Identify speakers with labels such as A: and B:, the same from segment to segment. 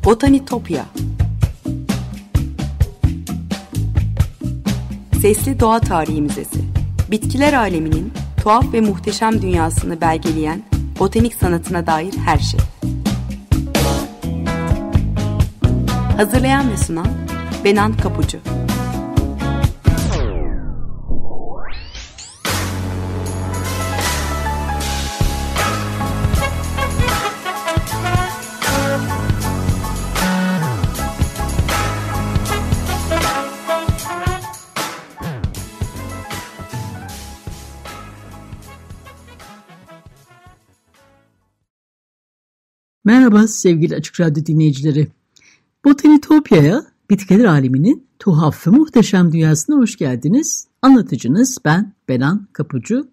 A: Botanitopya. Sesli Doğa Tarihi Müzesi. Bitkiler aleminin tuhaf ve muhteşem dünyasını belgeleyen botanik sanatına dair her şey. Hazırlayan ve sunan Benan Kapucu.
B: Merhaba sevgili Açık Radyo dinleyicileri. Botanitopya'ya, bitkiler aleminin tuhaf ve muhteşem dünyasına hoş geldiniz. Anlatıcınız ben Benan Kapucu.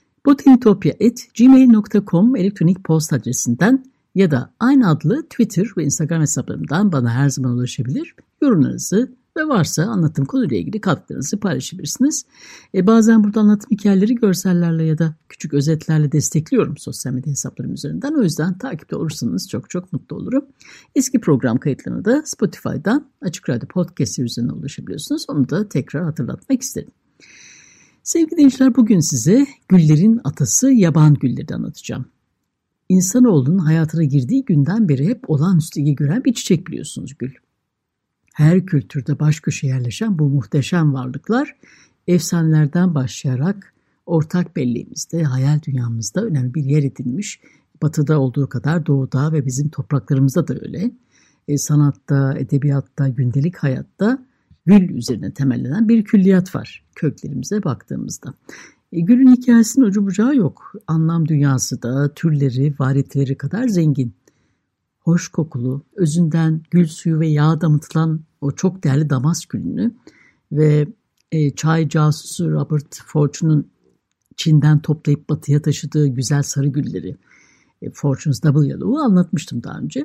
B: botanitopya@gmail.com elektronik posta adresinden ya da aynı adlı Twitter ve Instagram hesaplarımdan bana her zaman ulaşabilir. Yorumlarınızı ve varsa anlatım konuyla ilgili katkılarınızı paylaşabilirsiniz. Bazen burada anlatım hikayeleri görsellerle ya da küçük özetlerle destekliyorum sosyal medya hesaplarım üzerinden. O yüzden takipte olursanız çok çok mutlu olurum. Eski program kayıtlarına da Spotify'dan Açık Radyo Podcast üzerinden ulaşabiliyorsunuz. Onu da tekrar hatırlatmak isterim. Sevgili dinleyiciler, bugün size güllerin atası yaban gülleri anlatacağım. İnsanoğlunun hayatına girdiği günden beri hep olağanüstü ilgi gören bir çiçek biliyorsunuz gül. Her kültürde baş köşeye yerleşen bu muhteşem varlıklar efsanelerden başlayarak ortak belleğimizde, hayal dünyamızda önemli bir yer edinmiş. Batı'da olduğu kadar doğuda ve bizim topraklarımızda da öyle. Sanatta, edebiyatta, gündelik hayatta gül üzerine temellenen bir külliyat var köklerimize baktığımızda. Gülün hikayesinin ucu bucağı yok. Anlam dünyası da türleri, variyetleri kadar zengin. Hoş kokulu, özünden gül suyu ve yağ damıtılan o çok değerli damask gülünü ve çay casusu Robert Fortune'un Çin'den toplayıp batıya taşıdığı güzel sarı gülleri, Fortune's Double Yellow'u anlatmıştım daha önce.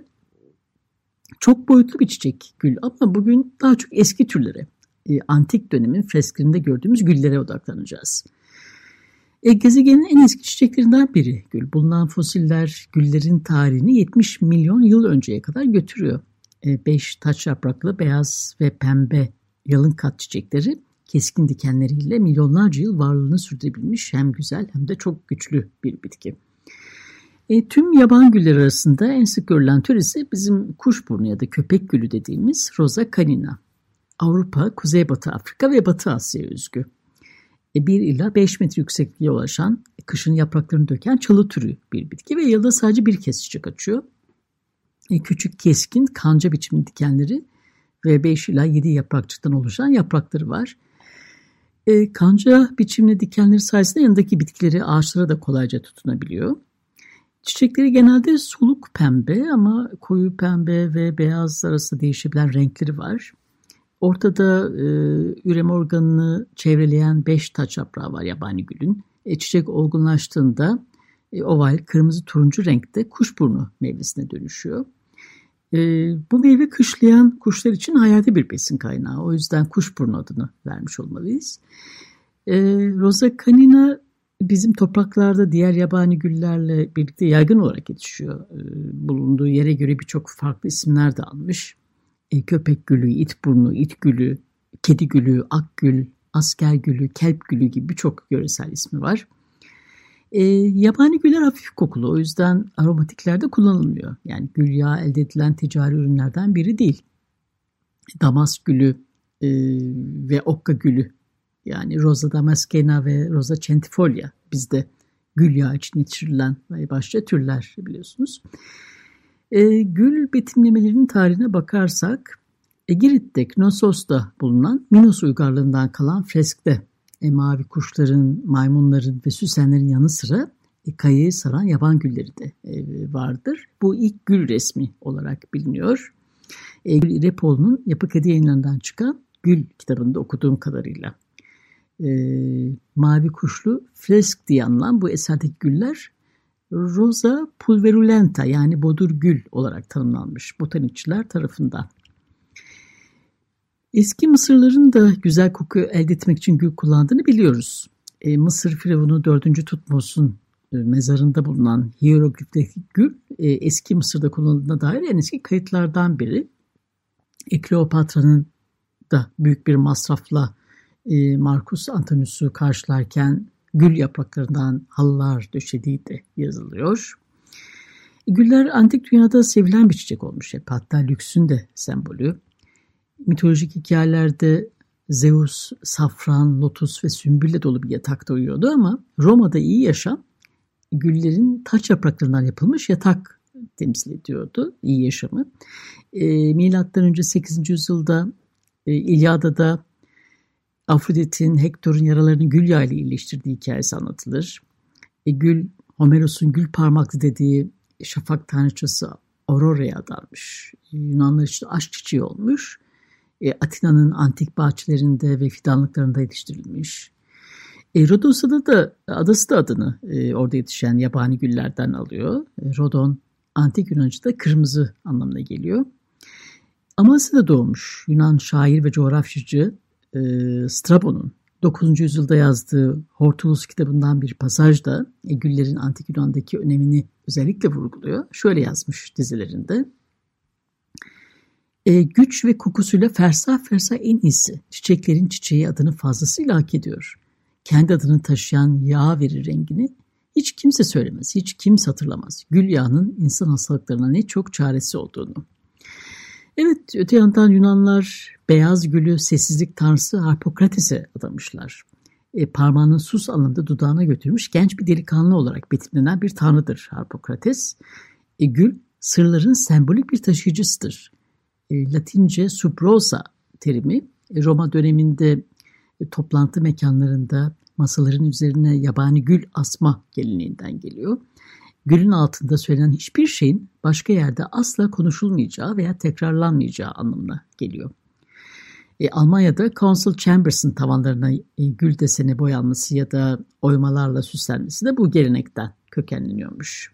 B: Çok boyutlu bir çiçek gül ama bugün daha çok eski türlere, antik dönemin fresklerinde gördüğümüz güllere odaklanacağız. Gezegenin en eski çiçeklerinden biri gül. Bulunan fosiller güllerin tarihini 70 milyon yıl önceye kadar götürüyor. 5 taç yapraklı beyaz ve pembe yalın kat çiçekleri keskin dikenleriyle milyonlarca yıl varlığını sürdürebilmiş hem güzel hem de çok güçlü bir bitki. Tüm yaban gülleri arasında en sık görülen tür ise bizim kuşburnu ya da köpek gülü dediğimiz Rosa canina. Avrupa, Kuzeybatı Afrika ve Batı Asya'ya özgü. 1 ila 5 metre yüksekliğe ulaşan, kışın yapraklarını döken çalı türü bir bitki ve yılda sadece bir kez çiçek açıyor. Küçük, keskin, kanca biçimli dikenleri ve 5 ila 7 yaprakçıktan oluşan yaprakları var. Kanca biçimli dikenleri sayesinde yanındaki bitkileri, ağaçlara da kolayca tutunabiliyor. Çiçekleri genelde soluk pembe ama koyu pembe ve beyaz arasında değişebilen renkleri var. Ortada üreme organını çevreleyen 5 taç yaprağı var yabani gülün. Çiçek olgunlaştığında oval, kırmızı turuncu renkte kuşburnu meyvesine dönüşüyor. Bu meyve kışlayan kuşlar için hayati bir besin kaynağı. O yüzden kuşburnu adını vermiş olmalıyız. Rosa canina bizim topraklarda diğer yabani güllerle birlikte yaygın olarak yetişiyor. Bulunduğu yere göre birçok farklı isimler de almış. Köpek gülü, it burnu, it gülü, kedi gülü, ak gül, asker gülü, kelp gülü gibi birçok yöresel ismi var. Yabani güller hafif kokulu, o yüzden aromatiklerde kullanılmıyor. Yani gül yağı elde edilen ticari ürünlerden biri değil. Damask gülü ve okka gülü, yani Rosa damascena ve Rosa centifolia bizde gül yağı için yetiştirilen başka türler biliyorsunuz. Gül betimlemelerinin tarihine bakarsak Girit'te Knosos'ta bulunan Minos uygarlığından kalan freskte mavi kuşların, maymunların ve süsenlerin yanı sıra kayayı saran yaban gülleri de vardır. Bu ilk gül resmi olarak biliniyor. Gül İrepoğlu'nun Yapı Kredi Yayınları'ndan çıkan Gül kitabında okuduğum kadarıyla. Mavi kuşlu fresk diye anılan bu eserdeki güller Rosa pulverulenta yani bodur gül olarak tanımlanmış botanikçiler tarafından. Eski Mısırlıların da güzel koku elde etmek için gül kullandığını biliyoruz. Mısır firavunu 4. Tutmos'un mezarında bulunan hieroglifteki gül eski Mısır'da kullanıldığına dair en eski kayıtlardan biri. Kleopatra'nın da büyük bir masrafla Marcus Antonius'u karşılarken gül yapraklarından halılar döşediği de yazılıyor. Güller antik dünyada sevilen bir çiçek olmuş hep. Hatta lüksün de sembolü. Mitolojik hikayelerde Zeus, safran, lotus ve sümbülle dolu bir yatakta uyuyordu ama Roma'da iyi yaşam güllerin taç yapraklarından yapılmış yatak temsil ediyordu, iyi yaşamı. Milattan önce 8. yüzyılda İlyada'da Afrodit'in Hektor'un yaralarını gül yağıyla iyileştirdiği hikayesi anlatılır. Gül, Homeros'un gül parmaklı dediği şafak tanrıçası Aurora'ya adanmış. Yunanlar için aşk çiçeği olmuş. Atina'nın antik bahçelerinde ve fidanlıklarında yetiştirilmiş. Rodos'ta da adası da adını orada yetişen yabani güllerden alıyor. Rodon antik Yunanca'da kırmızı anlamına geliyor. Amasya'da doğmuş Yunan şair ve coğrafyacı Strabon'un 9. yüzyılda yazdığı Hortulus kitabından bir pasajda güllerin antik Yunan'daki önemini özellikle vurguluyor. Şöyle yazmış dizelerinde. Güç ve kokusuyla fersah fersah en iyisi. Çiçeklerin çiçeği adını fazlasıyla hak ediyor. Kendi adını taşıyan yağ verir rengini. Hiç kimse söylemez, hiç kimse hatırlamaz. Gül yağının insan hastalıklarına ne çok çaresi olduğunu. Evet, öte yandan Yunanlar beyaz gülü sessizlik tanrısı Harpokrates'e adamışlar. Parmağını sus anlamında dudağına götürmüş genç bir delikanlı olarak betimlenen bir tanrıdır Harpokrates. Gül sırların sembolik bir taşıyıcısıdır. Latince subrosa terimi Roma döneminde toplantı mekanlarında masaların üzerine yabani gül asma geleneğinden geliyor. Gülün altında söylenen hiçbir şeyin başka yerde asla konuşulmayacağı veya tekrarlanmayacağı anlamına geliyor. Almanya'da Council Chambers'ın tavanlarına gül deseni boyanması ya da oymalarla süslenmesi de bu gelenekten kökenleniyormuş.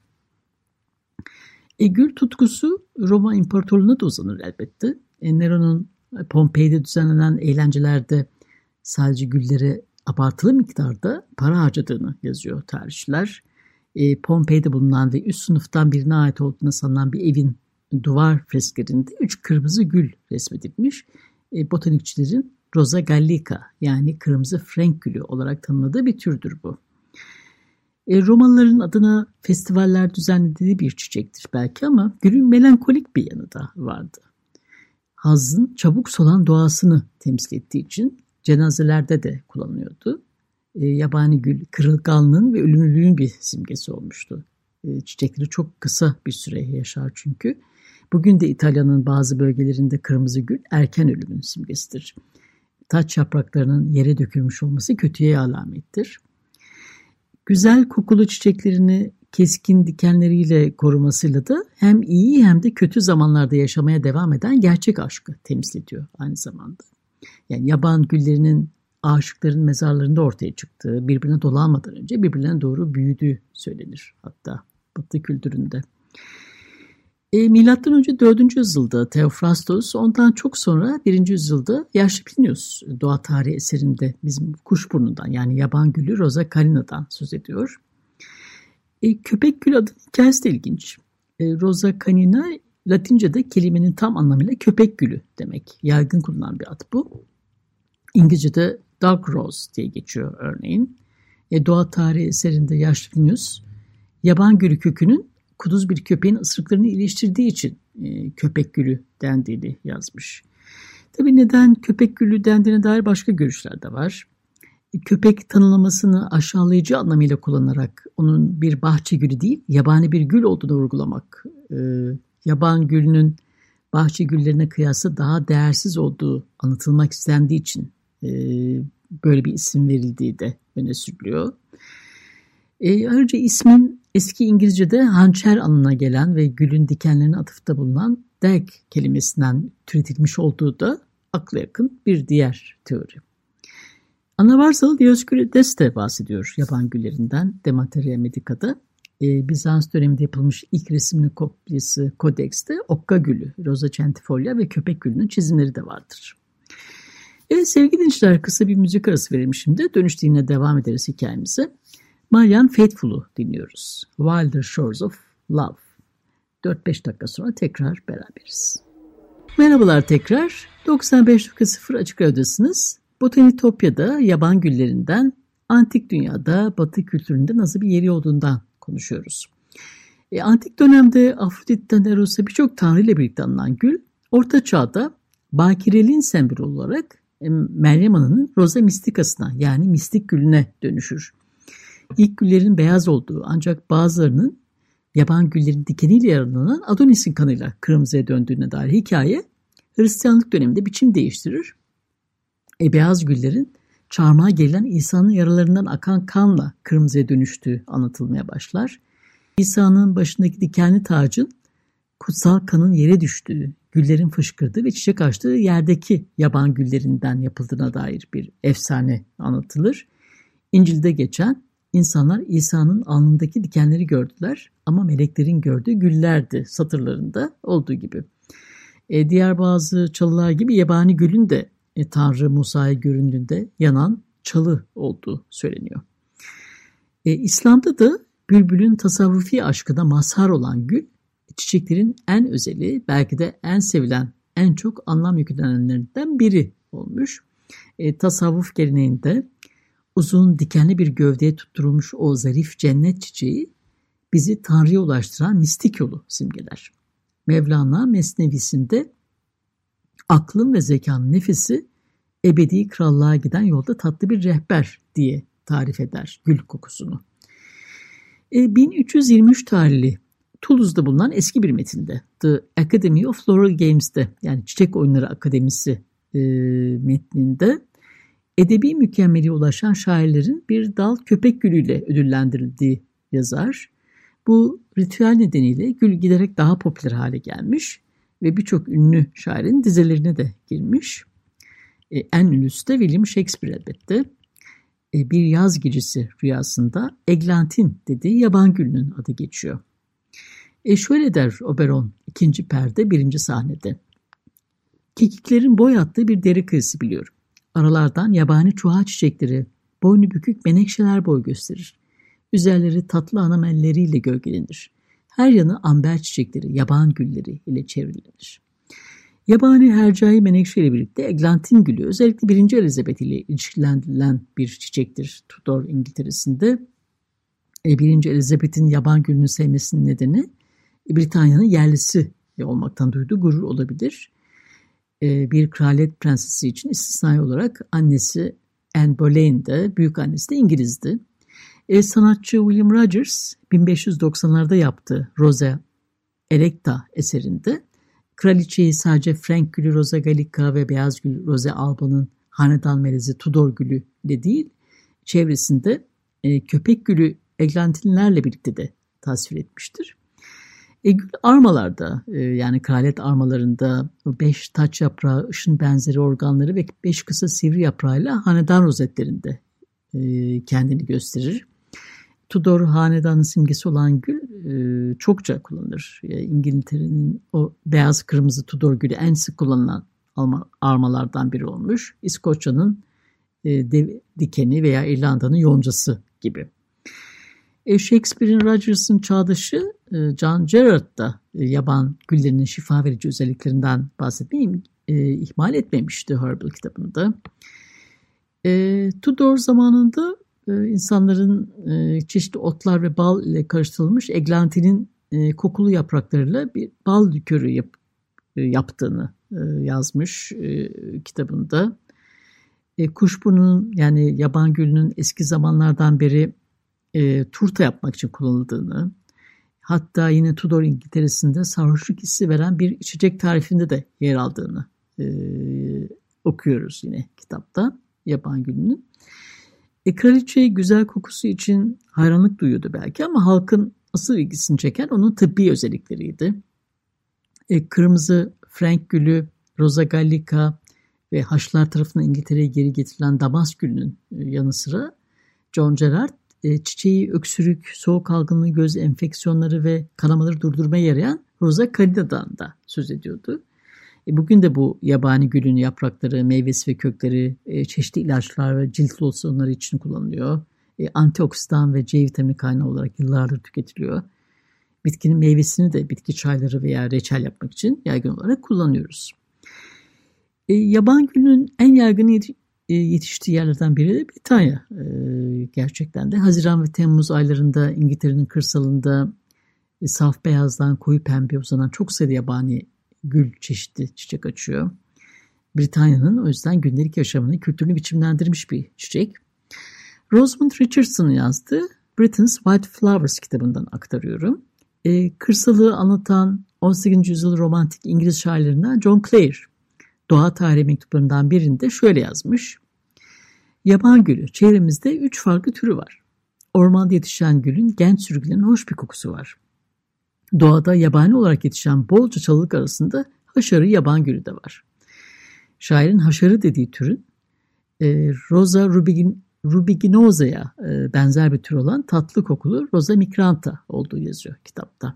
B: Gül tutkusu Roma İmparatorluğu'na da uzanır elbette. Nero'nun Pompei'de düzenlenen eğlencelerde sadece güllere abartılı miktarda para harcadığını yazıyor tarihçiler. Pompei'de bulunan ve üst sınıftan birine ait olduğuna sanılan bir evin duvar fresklerinde 3 kırmızı gül resmedilmiş. Botanikçilerin Rosa gallica yani kırmızı Frank gülü olarak tanımladığı bir türdür bu. Romalıların adına festivaller düzenlediği bir çiçektir belki ama gülün melankolik bir yanı da vardı. Hazzın çabuk solan doğasını temsil ettiği için cenazelerde de kullanılıyordu. Yabani gül kırılganlığın ve ölümlülüğün bir simgesi olmuştu. Çiçekleri çok kısa bir süre yaşar çünkü. Bugün de İtalya'nın bazı bölgelerinde kırmızı gül erken ölümün simgesidir. Taç yapraklarının yere dökülmüş olması kötüye alamettir. Güzel kokulu çiçeklerini keskin dikenleriyle korumasıyla da hem iyi hem de kötü zamanlarda yaşamaya devam eden gerçek aşkı temsil ediyor aynı zamanda. Yani yaban güllerinin aşıkların mezarlarında ortaya çıktığı, birbirine dolanmadan önce birbirlerine doğru büyüdüğü söylenir hatta Batı kültüründe. Milattan önce 4. yüzyılda Theophrastos, ondan çok sonra 1. yüzyılda yaşlı Plinius doğa tarihi eserinde bizim kuşburnundan yani yaban gülü Rosa canina'dan söz ediyor. Köpek gülü adının hikayesi de ilginç. Rosa canina Latince'de kelimenin tam anlamıyla köpek gülü demek. Yaygın kullanılan bir ad bu. İngilizce'de dog rose diye geçiyor örneğin. Doğa tarihi eserinde yaşlı Plinius yaban gülü kökünün kuduz bir köpeğin ısırıklarını iyileştirdiği için köpek gülü dendiğini yazmış. Tabii neden köpek gülü dendiğine dair başka görüşler de var. Köpek tanımlamasını aşağılayıcı anlamıyla kullanarak onun bir bahçe gülü değil, yabani bir gül olduğunu vurgulamak, yaban gülünün bahçe güllerine kıyasla daha değersiz olduğu anlatılmak istendiği için böyle bir isim verildiği de öne sürülüyor. Ayrıca ismin eski İngilizce'de hançer anlamına gelen ve gülün dikenlerine atıfta bulunan dag kelimesinden türetilmiş olduğu da akla yakın bir diğer teori. Anavarsalı Dioscorides de bahsediyor yaban güllerinden Demateria Medica'da. Bizans döneminde yapılmış ilk resimli kopyası Kodex'te okka gülü, Rosa centifolia ve köpek gülünün çizimleri de vardır. Sevgili dinleyiciler, kısa bir müzik arası verelim şimdi. Dönüşte yine devam ederiz hikayemize. Marianne Faithfull'u dinliyoruz. Wilder Shores of Love. 4-5 dakika sonra tekrar beraberiz. Merhabalar tekrar. 95.0 Açık Radyo'dasınız. Botanitopya'da yaban güllerinden, antik dünyada, batı kültüründe nasıl bir yeri olduğundan konuşuyoruz. Antik dönemde Afrodit'ten Eros'a birçok tanrı ile birlikte anılan gül, Orta Çağ'da bakireliğin sembolü olarak Meryem Ana'nın Rosa Mysticas'ına yani mistik gülüne dönüşür. İlk güllerin beyaz olduğu ancak bazılarının yaban güllerin dikeniyle yaralanan Adonis'in kanıyla kırmızıya döndüğüne dair hikaye Hristiyanlık döneminde biçim değiştirir. Beyaz güllerin çarmıha gelen İsa'nın yaralarından akan kanla kırmızıya dönüştüğü anlatılmaya başlar. İsa'nın başındaki dikenli tacın kutsal kanın yere düştüğü, güllerin fışkırdığı ve çiçek açtığı yerdeki yaban güllerinden yapıldığına dair bir efsane anlatılır. İncil'de geçen insanlar İsa'nın alnındaki dikenleri gördüler ama meleklerin gördüğü güllerdi satırlarında olduğu gibi. Diğer bazı çalılar gibi yabani gülün de Tanrı Musa'ya göründüğünde yanan çalı olduğu söyleniyor. İslam'da da bülbülün tasavvufi aşkına mazhar olan gül, çiçeklerin en özeli, belki de en sevilen, en çok anlam yüklenenlerinden biri olmuş. Tasavvuf geleneğinde uzun dikenli bir gövdeye tutturulmuş o zarif cennet çiçeği bizi Tanrı'ya ulaştıran mistik yolu simgeler. Mevlana Mesnevisinde aklın ve zekanın nefisi ebedi krallığa giden yolda tatlı bir rehber diye tarif eder gül kokusunu. 1323 tarihli Toulouse'da bulunan eski bir metinde The Academy of Floral Games'te yani Çiçek Oyunları Akademisi metninde edebi mükemmeliğe ulaşan şairlerin bir dal köpek gülüyle ödüllendirildiği yazar. Bu ritüel nedeniyle gül giderek daha popüler hale gelmiş ve birçok ünlü şairin dizelerine de girmiş. En ünlüsü de William Shakespeare elbette. Bir yaz gecesi rüyasında eglantin dediği yaban gülünün adı geçiyor. Şöyle der Oberon 2. perde 1. sahnede. Kekiklerin boy attığı bir deri kıyısı biliyorum. Aralardan yabani çuha çiçekleri, boynu bükük menekşeler boy gösterir. Üzerleri tatlı anamelleriyle gölgelenir. Her yanı amber çiçekleri, yaban gülleri ile çevrilir. Yabani hercai menekşe ile birlikte eglantin gülü özellikle 1. Elizabeth ile ilişkilendirilen bir çiçektir Tudor İngiltere'sinde. 1. Elizabeth'in yaban gülünü sevmesinin nedeni Britanya'nın yerlisi olmaktan duyduğu gurur olabilir. Bir kraliyet prensesi için istisnai olarak annesi Anne Boleyn de büyük annesi de İngiliz'di. Sanatçı William Rogers 1590'larda yaptığı Rosa Electa eserinde kraliçeyi sadece Frank gülü Rosa Gallica ve beyaz gül Rosa Alba'nın hanedan melezi Tudor gülü de değil, çevresinde köpek gülü eglantinlerle birlikte de tasvir etmiştir. Gül armalarda yani kraliyet armalarında 5 taç yaprağı, ışın benzeri organları ve 5 kısa sivri yaprağıyla hanedan rozetlerinde kendini gösterir. Tudor hanedanın simgesi olan gül çokça kullanılır. İngiltere'nin o beyaz kırmızı Tudor gülü en sık kullanılan armalardan biri olmuş. İskoçya'nın dev dikeni veya İrlanda'nın yoncası gibi. Shakespeare'in Rogers'ın çağdaşı John Gerard da yaban güllerinin şifa verici özelliklerinden bahsetmeyi ihmal etmemişti Herbal kitabında. Tudor zamanında insanların çeşitli otlar ve bal ile karıştırılmış eglantinin kokulu yapraklarıyla bir bal likörü yaptığını yazmış kitabında. Kuşburnunun yani yaban gülünün eski zamanlardan beri turta yapmak için kullanıldığını, hatta yine Tudor İngiltere'sinde sarhoşluk hissi veren bir içecek tarifinde de yer aldığını okuyoruz yine kitapta yaban gülünün. Kraliçe güzel kokusu için hayranlık duyuyordu belki ama halkın asıl ilgisini çeken onun tıbbi özellikleriydi. Kırmızı Frank gülü, Rosa Gallica ve Haçlılar tarafından İngiltere'ye geri getirilen damask gülünün yanı sıra John Gerard çiçeği öksürük, soğuk algınlığı, göz enfeksiyonları ve kanamaları durdurmaya yarayan Rosa Carida'dan da söz ediyordu. Bugün de bu yabani gülün yaprakları, meyvesi ve kökleri çeşitli ilaçlar ve cilt losyonları için kullanılıyor. Antioksidan ve C vitamini kaynağı olarak yıllardır tüketiliyor. Bitkinin meyvesini de bitki çayları veya reçel yapmak için yaygın olarak kullanıyoruz. Yaban gülünün en yaygın yetiştiği yerlerden biri de Britanya. Gerçekten de Haziran ve Temmuz aylarında İngiltere'nin kırsalında saf beyazdan koyu pembe uzanan çok sayıda yabani gül çeşidi çiçek açıyor. Britanya'nın o yüzden gündelik yaşamını, kültürünü biçimlendirmiş bir çiçek. Rosamund Richardson'ın yazdığı Britain's White Flowers kitabından aktarıyorum. Kırsalı anlatan 18. yüzyıl romantik İngiliz şairlerinden John Clare, doğa tarihi mektuplarından birinde şöyle yazmış. Yaban gülü, çevremizde 3 farklı türü var. Ormanda yetişen gülün genç sürgülerin hoş bir kokusu var. Doğada yabani olarak yetişen bolca çalılık arasında haşarı yaban gülü de var. Şairin haşarı dediği türün Rosa rubiginosa'ya benzer bir tür olan tatlı kokulu Rosa migranta olduğu yazıyor kitapta.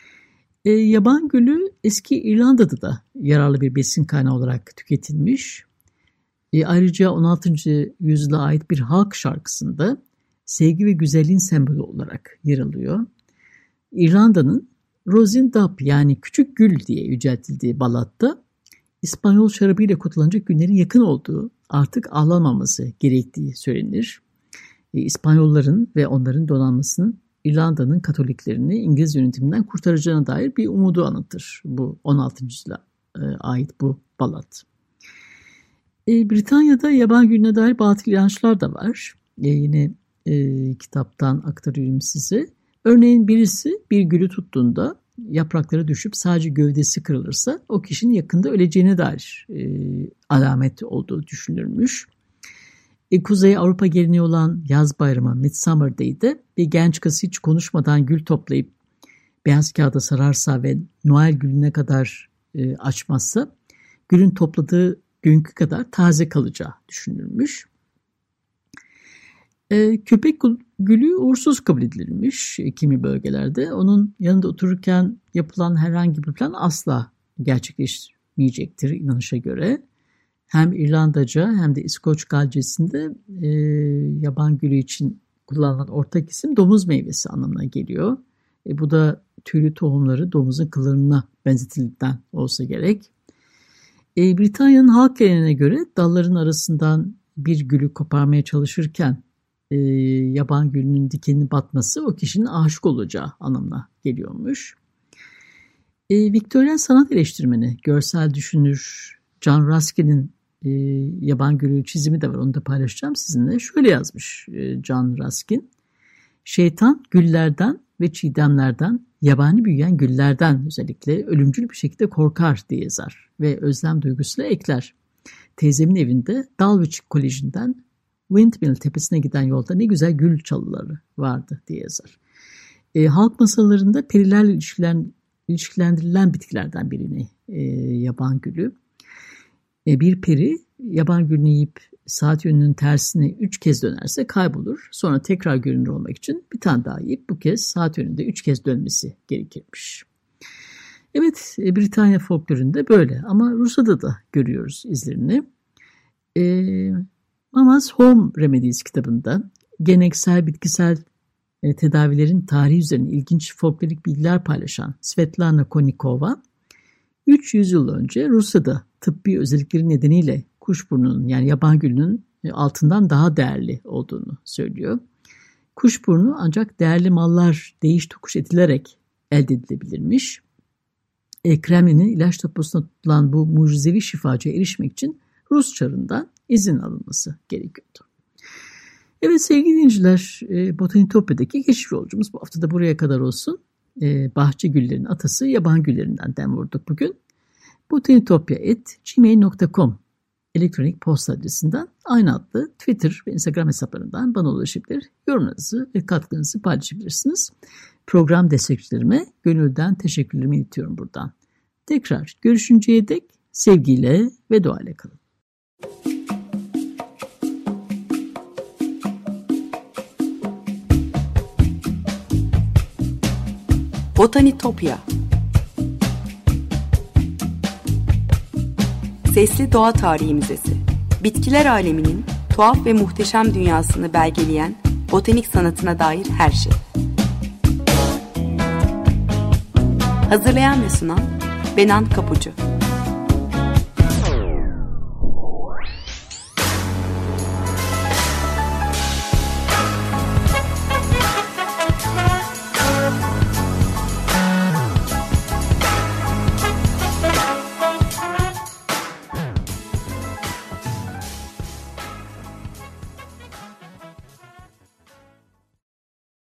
B: Yaban gülü eski İrlanda'da da yararlı bir besin kaynağı olarak tüketilmiş. Ayrıca 16. yüzyıla ait bir halk şarkısında sevgi ve güzelliğin sembolü olarak yer alıyor. İrlanda'nın Rosin Dab yani küçük gül diye yüceltildiği ballatta İspanyol şarabıyla kutlanacak günlerin yakın olduğu, artık ağlamaması gerektiği söylenir. İspanyolların ve onların donanmasının İrlanda'nın Katoliklerini İngiliz yönetiminden kurtaracağına dair bir umudu anlatır bu 16. yüzyıla ait bu ballat. Britanya'da yaban gülüne dair batıl inançlar da var. Yine kitaptan aktarıyorum size. Örneğin birisi bir gülü tuttuğunda yaprakları düşüp sadece gövdesi kırılırsa o kişinin yakında öleceğine dair alamet olduğu düşünülmüş. Kuzey Avrupa geleneği olan yaz bayramı Midsummer Day'de bir genç kız hiç konuşmadan gül toplayıp beyaz kağıda sararsa ve Noel gülüne kadar açmazsa gülün topladığı günkü kadar taze kalacağı düşünülmüş. Köpek gülü uğursuz kabul edilmiş kimi bölgelerde. Onun yanında otururken yapılan herhangi bir plan asla gerçekleşmeyecektir inanışa göre. Hem İrlandaca hem de İskoç Galcesi'nde yaban gülü için kullanılan ortak isim domuz meyvesi anlamına geliyor. Bu da tüylü tohumları domuzun kıllarına benzetildiğinden olsa gerek. Britanya'nın halk geleneğine göre dalların arasından bir gülü koparmaya çalışırken yaban gülünün dikeninin batması o kişinin aşık olacağı anlamına geliyormuş. Victorian sanat eleştirmeni, görsel düşünür John Ruskin'in yaban gülü çizimi de var. Onu da paylaşacağım sizinle. Şöyle yazmış John Ruskin. Şeytan güllerden ve çiğdemlerden, yabani büyüyen güllerden özellikle ölümcül bir şekilde korkar diye yazar. Ve özlem duygusuyla ekler. Teyzemin evinde Dulwich Koleji'nden Windmill tepesine giden yolda ne güzel gül çalıları vardı diye yazar. Halk masallarında perilerle ilişkilendirilen bitkilerden birini yaban gülü. Bir peri yaban gülünü yiyip saat yönünün tersine 3 kez dönerse kaybolur. Sonra tekrar görünür olmak için bir tane daha yiyip bu kez saat yönünde 3 kez dönmesi gerekirmiş. Evet, Britanya folklorunda böyle ama Rusya'da da görüyoruz izlerini. Mama's Home Remedies kitabında geleneksel bitkisel tedavilerin tarihi üzerine ilginç folklorik bilgiler paylaşan Svetlana Konnikova, 300 yıl önce Rusya'da tıbbi özellikleri nedeniyle kuşburnunun yani yaban gülünün altından daha değerli olduğunu söylüyor. Kuşburnu ancak değerli mallar değiş tokuş edilerek elde edilebilirmiş. Kremlin'in ilaç deposuna tutulan bu mucizevi şifacıya erişmek için Rus çarından izin alınması gerekiyordu. Evet sevgili dinleyiciler, Botanitopya'daki keşif yolcumuz bu hafta da buraya kadar olsun. Bahçe güllerinin atası yaban güllerinden dem vurduk bugün. botanitopya@gmail.com elektronik posta adresinden aynı adlı Twitter ve Instagram hesaplarından bana ulaşabilir. Yorumlarınızı ve katkınızı paylaşabilirsiniz. Program destekçilerime gönülden teşekkürlerimi iletiyorum buradan. Tekrar görüşünceye dek sevgiyle ve duayla kalın.
A: Botanitopya. Sesli Doğa Tarihi Müzesi. Bitkiler aleminin tuhaf ve muhteşem dünyasını belgeleyen botanik sanatına dair her şey. Hazırlayan ve sunan Benan Kapucu.